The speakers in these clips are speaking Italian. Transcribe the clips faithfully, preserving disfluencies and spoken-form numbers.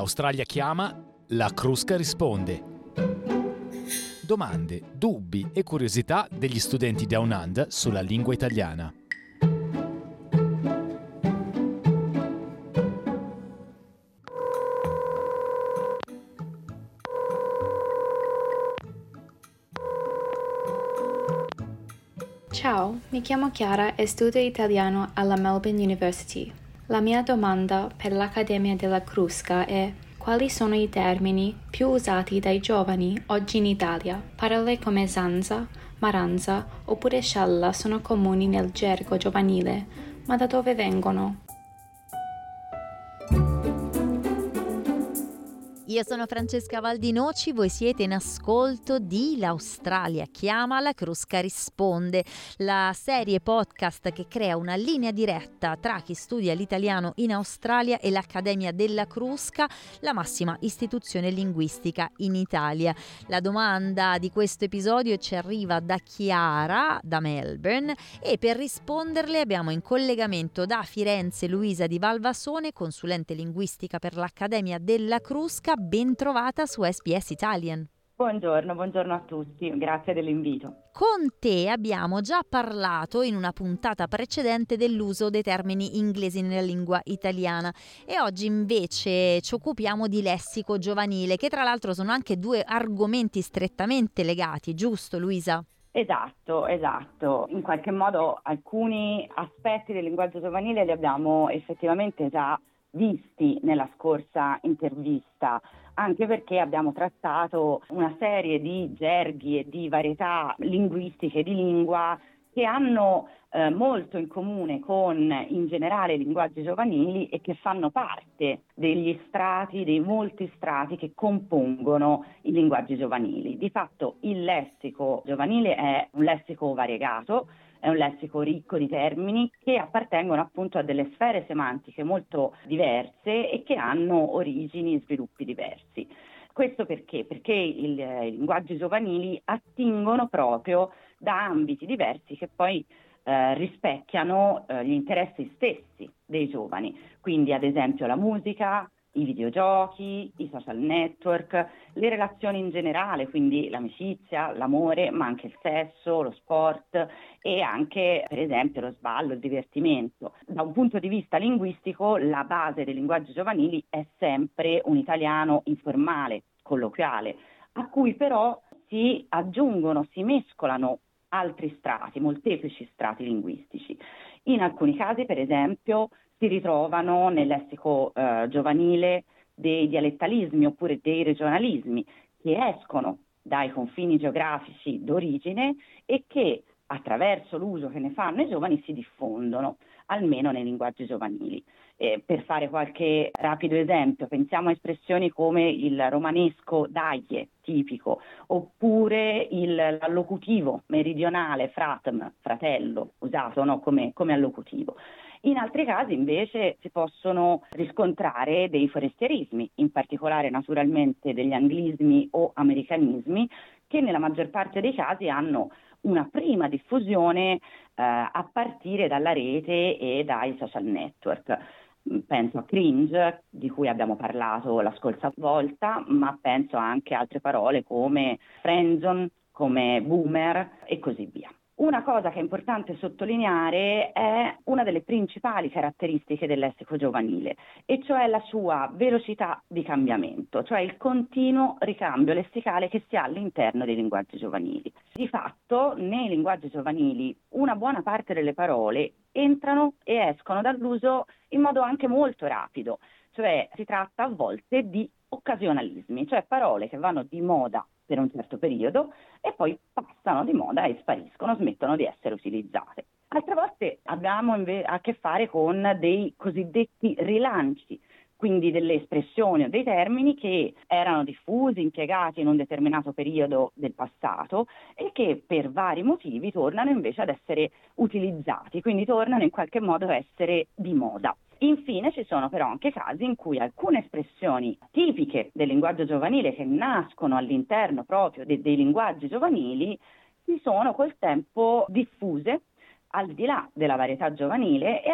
L'Australia chiama, la Crusca risponde. Domande, dubbi e curiosità degli studenti Down Under sulla lingua italiana. Ciao, mi chiamo Chiara e studio italiano alla Melbourne University. La mia domanda per l'Accademia della Crusca è: quali sono i termini più usati dai giovani oggi in Italia? Parole come zanza, maranza oppure scialla sono comuni nel gergo giovanile, ma da dove vengono? Io sono Francesca Valdinoci, voi siete in ascolto di L'Australia chiama, la Crusca risponde, la serie podcast che crea una linea diretta tra chi studia l'italiano in Australia e l'Accademia della Crusca, la massima istituzione linguistica in Italia. La domanda di questo episodio ci arriva da Chiara, da Melbourne, e per risponderle abbiamo in collegamento da Firenze Luisa Di Valvasone, consulente linguistica per l'Accademia della Crusca. Ben trovata su S B S Italian. Buongiorno, buongiorno a tutti, grazie dell'invito. Con te abbiamo già parlato in una puntata precedente dell'uso dei termini inglesi nella lingua italiana e oggi invece ci occupiamo di lessico giovanile, che tra l'altro sono anche due argomenti strettamente legati, giusto Luisa? Esatto, esatto. In qualche modo alcuni aspetti del linguaggio giovanile li abbiamo effettivamente già visti nella scorsa intervista, anche perché abbiamo trattato una serie di gerghi e di varietà linguistiche di lingua che hanno eh, molto in comune con in generale i linguaggi giovanili e che fanno parte degli strati, dei molti strati che compongono i linguaggi giovanili. Di fatto il lessico giovanile è un lessico variegato, è un lessico ricco di termini che appartengono appunto a delle sfere semantiche molto diverse e che hanno origini e sviluppi diversi. Questo perché? Perché il, i linguaggi giovanili attingono proprio da ambiti diversi che poi eh, rispecchiano eh, gli interessi stessi dei giovani, quindi ad esempio la musica, i videogiochi, i social network, le relazioni in generale, quindi l'amicizia, l'amore, ma anche il sesso, lo sport e anche per esempio lo sballo, il divertimento. Da un punto di vista linguistico la base dei linguaggi giovanili è sempre un italiano informale, colloquiale, a cui però si aggiungono, si mescolano altri strati, molteplici strati linguistici. In alcuni casi, per esempio, si ritrovano nel lessico eh, giovanile dei dialettalismi oppure dei regionalismi che escono dai confini geografici d'origine e che attraverso l'uso che ne fanno i giovani si diffondono, almeno nei linguaggi giovanili. Eh, per fare qualche rapido esempio, pensiamo a espressioni come il romanesco daie, tipico, oppure il, l'allocutivo meridionale fratem, fratello, usato no, come, come allocutivo. In altri casi invece si possono riscontrare dei forestierismi, in particolare naturalmente degli anglismi o americanismi, che nella maggior parte dei casi hanno una prima diffusione eh, a partire dalla rete e dai social network. Penso a cringe, di cui abbiamo parlato la scorsa volta, ma penso anche a altre parole come friendzone, come boomer e così via. Una cosa che è importante sottolineare è una delle principali caratteristiche del lessico giovanile, e cioè la sua velocità di cambiamento, cioè il continuo ricambio lessicale che si ha all'interno dei linguaggi giovanili. Di fatto, nei linguaggi giovanili, una buona parte delle parole entrano e escono dall'uso in modo anche molto rapido, cioè si tratta a volte di occasionalismi, cioè parole che vanno di moda per un certo periodo e poi passano di moda e spariscono, smettono di essere utilizzate. Altre volte abbiamo inve- a che fare con dei cosiddetti rilanci, quindi delle espressioni o dei termini che erano diffusi, impiegati in un determinato periodo del passato e che per vari motivi tornano invece ad essere utilizzati, quindi tornano in qualche modo a essere di moda. Infine ci sono però anche casi in cui alcune espressioni tipiche del linguaggio giovanile che nascono all'interno proprio de- dei linguaggi giovanili si sono col tempo diffuse al di là della varietà giovanile e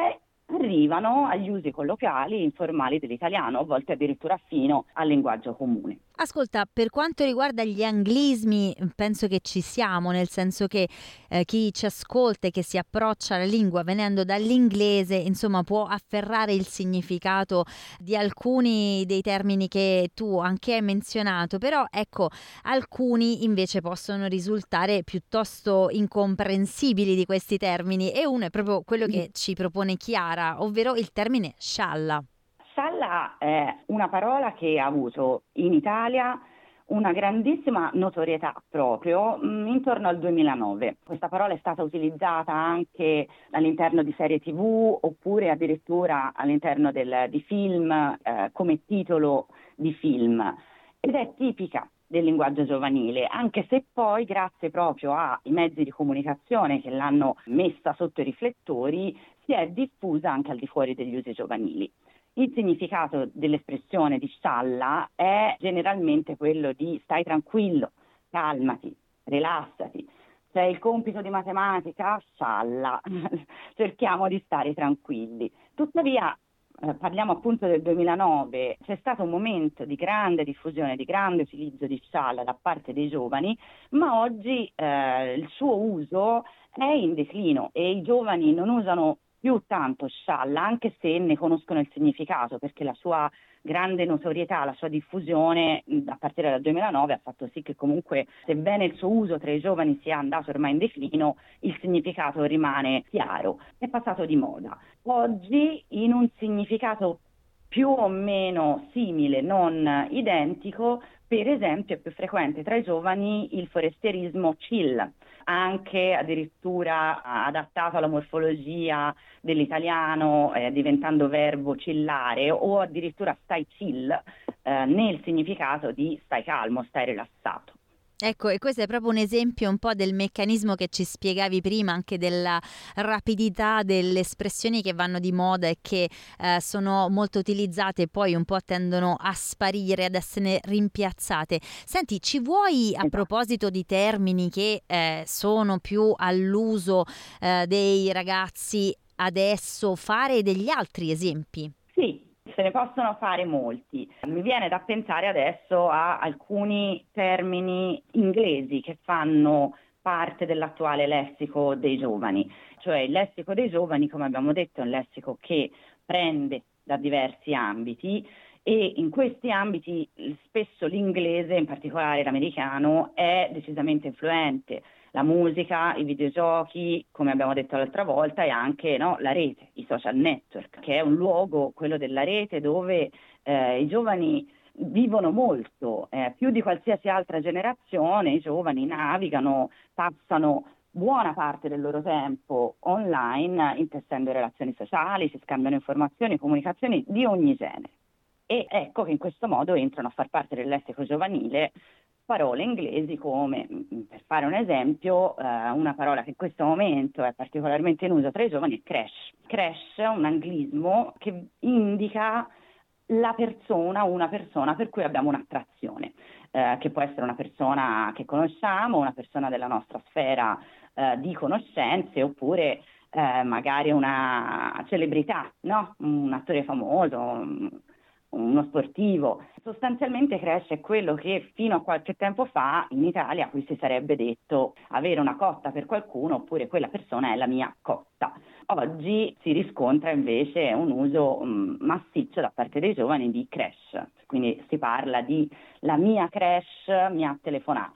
arrivano agli usi colloquiali informali dell'italiano, a volte addirittura fino al linguaggio comune. Ascolta, per quanto riguarda gli anglismi, penso che ci siamo, nel senso che eh, chi ci ascolta e che si approccia alla lingua venendo dall'inglese, insomma, può afferrare il significato di alcuni dei termini che tu anche hai menzionato, però ecco, alcuni invece possono risultare piuttosto incomprensibili di questi termini, e uno è proprio quello che ci propone Chiara, ovvero il termine scialla. Scialla è una parola che ha avuto in Italia una grandissima notorietà proprio mh, intorno al duemilanove. Questa parola è stata utilizzata anche all'interno di serie tivù oppure addirittura all'interno del, di film eh, come titolo di film, ed è tipica del linguaggio giovanile, anche se poi grazie proprio ai mezzi di comunicazione che l'hanno messa sotto i riflettori si è diffusa anche al di fuori degli usi giovanili. Il significato dell'espressione di scialla è generalmente quello di stai tranquillo, calmati, rilassati. C'è il compito di matematica, scialla, cerchiamo di stare tranquilli. Tuttavia, eh, parliamo appunto del duemilanove, c'è stato un momento di grande diffusione, di grande utilizzo di scialla da parte dei giovani, ma oggi eh, il suo uso è in declino e i giovani non usano più tanto scialla, anche se ne conoscono il significato, perché la sua grande notorietà, la sua diffusione a partire dal duemilanove ha fatto sì che comunque, sebbene il suo uso tra i giovani sia andato ormai in declino, il significato rimane chiaro, è passato di moda. Oggi in un significato più o meno simile, non identico, per esempio è più frequente tra i giovani il forestierismo chill, anche addirittura adattato alla morfologia dell'italiano, eh, diventando verbo chillare, o addirittura stai chill eh, nel significato di stai calmo, stai rilassato. Ecco, e questo è proprio un esempio un po' del meccanismo che ci spiegavi prima, anche della rapidità delle espressioni che vanno di moda e che eh, sono molto utilizzate e poi un po' tendono a sparire, ad essere rimpiazzate. Senti, ci vuoi, a proposito di termini che eh, sono più all'uso eh, dei ragazzi adesso, fare degli altri esempi? Sì. Se ne possono fare molti. Mi viene da pensare adesso a alcuni termini inglesi che fanno parte dell'attuale lessico dei giovani. Cioè il lessico dei giovani, come abbiamo detto, è un lessico che prende da diversi ambiti e in questi ambiti spesso l'inglese, in particolare l'americano, è decisamente influente. La musica, i videogiochi, come abbiamo detto l'altra volta, e anche no, la rete, i social network, che è un luogo, quello della rete, dove eh, i giovani vivono molto, eh, più di qualsiasi altra generazione. I giovani navigano, passano buona parte del loro tempo online, intessendo relazioni sociali, si scambiano informazioni, comunicazioni di ogni genere. E ecco che in questo modo entrano a far parte del lessico giovanile parole inglesi come, per fare un esempio, eh, una parola che in questo momento è particolarmente in uso tra i giovani è crush. Crush è un anglismo che indica la persona, una persona per cui abbiamo un'attrazione, eh, che può essere una persona che conosciamo, una persona della nostra sfera eh, di conoscenze, oppure eh, magari una celebrità, no? Un attore famoso, un, uno sportivo. Sostanzialmente crush è quello che fino a qualche tempo fa in Italia qui si sarebbe detto avere una cotta per qualcuno, oppure quella persona è la mia cotta. Oggi si riscontra invece un uso um, massiccio da parte dei giovani di crush, quindi si parla di la mia crush mi ha telefonato,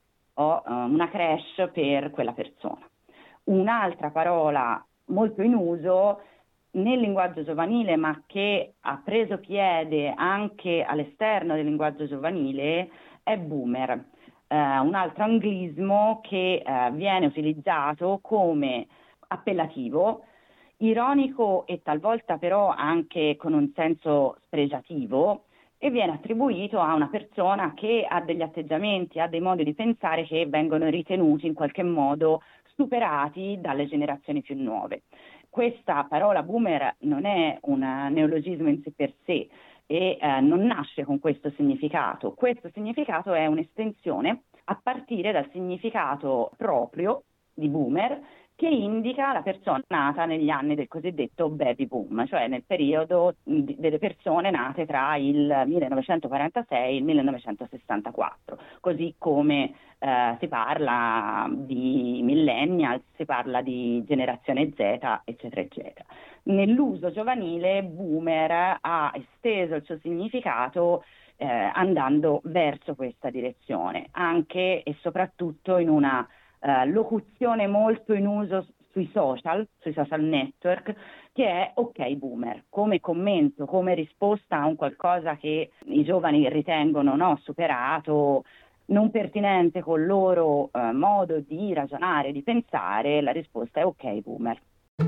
ho um, una crush per quella persona. Un'altra parola molto in uso nel linguaggio giovanile, ma che ha preso piede anche all'esterno del linguaggio giovanile, è boomer, eh, un altro anglismo che eh, viene utilizzato come appellativo, ironico e talvolta però anche con un senso spregiativo, e viene attribuito a una persona che ha degli atteggiamenti, ha dei modi di pensare che vengono ritenuti in qualche modo superati dalle generazioni più nuove. Questa parola boomer non è un neologismo in sé per sé e eh, non nasce con questo significato. Questo significato è un'estensione a partire dal significato proprio di boomer, che indica la persona nata negli anni del cosiddetto baby boom, cioè nel periodo di, delle persone nate tra il millenovecentoquarantasei e il millenovecentosessantaquattro, così come eh, si parla di millennials, si parla di generazione Z, eccetera, eccetera. Nell'uso giovanile, boomer ha esteso il suo significato eh, andando verso questa direzione, anche e soprattutto in una Uh, locuzione molto in uso sui social, sui social network, che è ok boomer, come commento, come risposta a un qualcosa che i giovani ritengono no, superato, non pertinente col loro uh, modo di ragionare, di pensare, la risposta è ok boomer.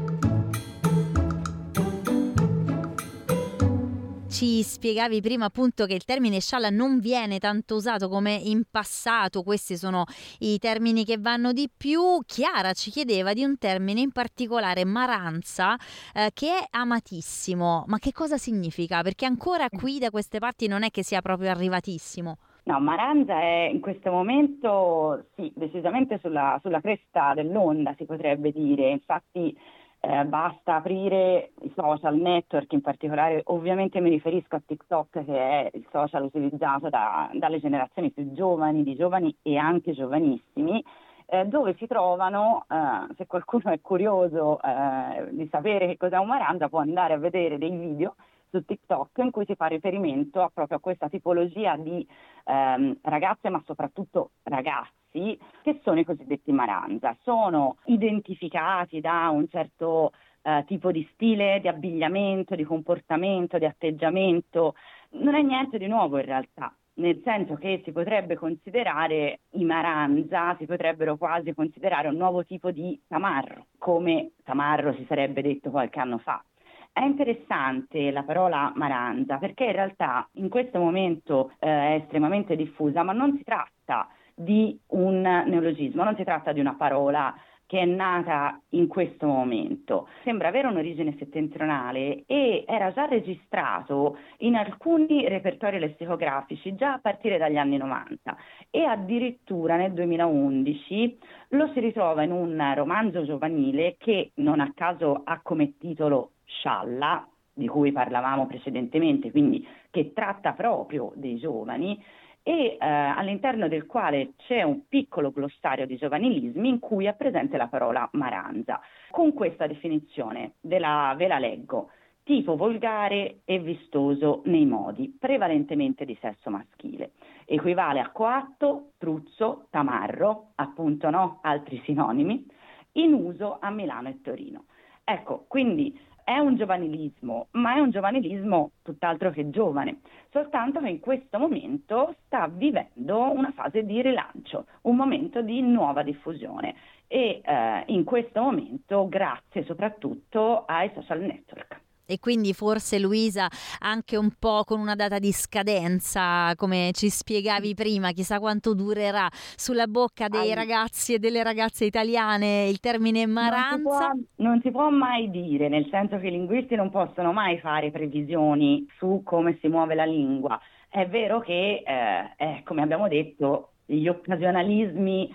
Ci spiegavi prima appunto che il termine scialla non viene tanto usato come in passato, questi sono i termini che vanno di più. Chiara ci chiedeva di un termine in particolare, maranza, eh, che è amatissimo, ma che cosa significa? Perché ancora qui da queste parti non è che sia proprio arrivatissimo. No, Maranza è in questo momento sì, decisamente sulla, sulla cresta dell'onda, si potrebbe dire, infatti Eh, basta aprire i social network, in particolare ovviamente mi riferisco a TikTok, che è il social utilizzato da, dalle generazioni più giovani, di giovani e anche giovanissimi, eh, dove si trovano, eh, se qualcuno è curioso eh, di sapere che cos'è un Maranza, può andare a vedere dei video su TikTok in cui si fa riferimento a proprio a questa tipologia di ehm, ragazze, ma soprattutto ragazzi, che sono i cosiddetti Maranza. Sono identificati da un certo eh, tipo di stile, di abbigliamento, di comportamento, di atteggiamento. Non è niente di nuovo in realtà, nel senso che si potrebbe considerare i Maranza, si potrebbero quasi considerare un nuovo tipo di tamarro, come tamarro si sarebbe detto qualche anno fa. È interessante la parola Maranza perché in realtà in questo momento eh, è estremamente diffusa, ma non si tratta di un neologismo, non si tratta di una parola che è nata in questo momento. Sembra avere un'origine settentrionale e era già registrato in alcuni repertori lessicografici già a partire dagli anni novanta e addirittura nel duemilaundici lo si ritrova in un romanzo giovanile che non a caso ha come titolo Scialla, di cui parlavamo precedentemente, quindi che tratta proprio dei giovani, e eh, all'interno del quale c'è un piccolo glossario di giovanilismi in cui è presente la parola Maranza. Con questa definizione ve la, ve la leggo: tipo volgare e vistoso nei modi, prevalentemente di sesso maschile. Equivale a coatto, truzzo, tamarro, appunto no, altri sinonimi, in uso a Milano e Torino. Ecco, quindi è un giovanilismo, ma è un giovanilismo tutt'altro che giovane, soltanto che in questo momento sta vivendo una fase di rilancio, un momento di nuova diffusione e eh, in questo momento grazie soprattutto ai social network. E quindi forse Luisa anche un po' con una data di scadenza, come ci spiegavi prima, chissà quanto durerà sulla bocca dei ragazzi e delle ragazze italiane il termine Maranza. Non si può, non si può mai dire, nel senso che i linguisti non possono mai fare previsioni su come si muove la lingua. È vero che, eh, eh, come abbiamo detto, gli occasionalismi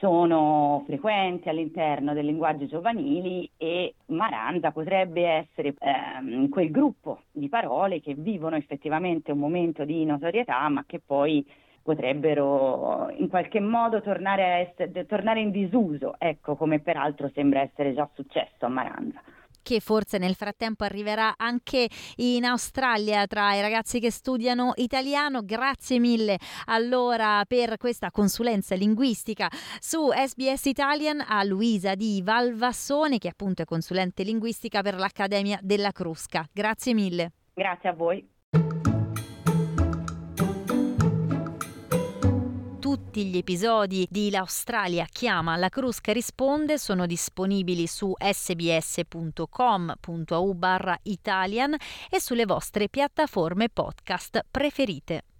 sono frequenti all'interno dei linguaggi giovanili e Maranza potrebbe essere ehm, quel gruppo di parole che vivono effettivamente un momento di notorietà ma che poi potrebbero in qualche modo tornare, a essere, tornare in disuso, ecco, come peraltro sembra essere già successo a Maranza. Che forse nel frattempo arriverà anche in Australia tra i ragazzi che studiano italiano. Grazie mille allora per questa consulenza linguistica su S B S Italian a Luisa di Valvassone, che appunto è consulente linguistica per l'Accademia della Crusca. Grazie mille. Grazie a voi. Tutti gli episodi di L'Australia chiama, La Crusca risponde sono disponibili su sbs punto com punto a u barra Italian e sulle vostre piattaforme podcast preferite.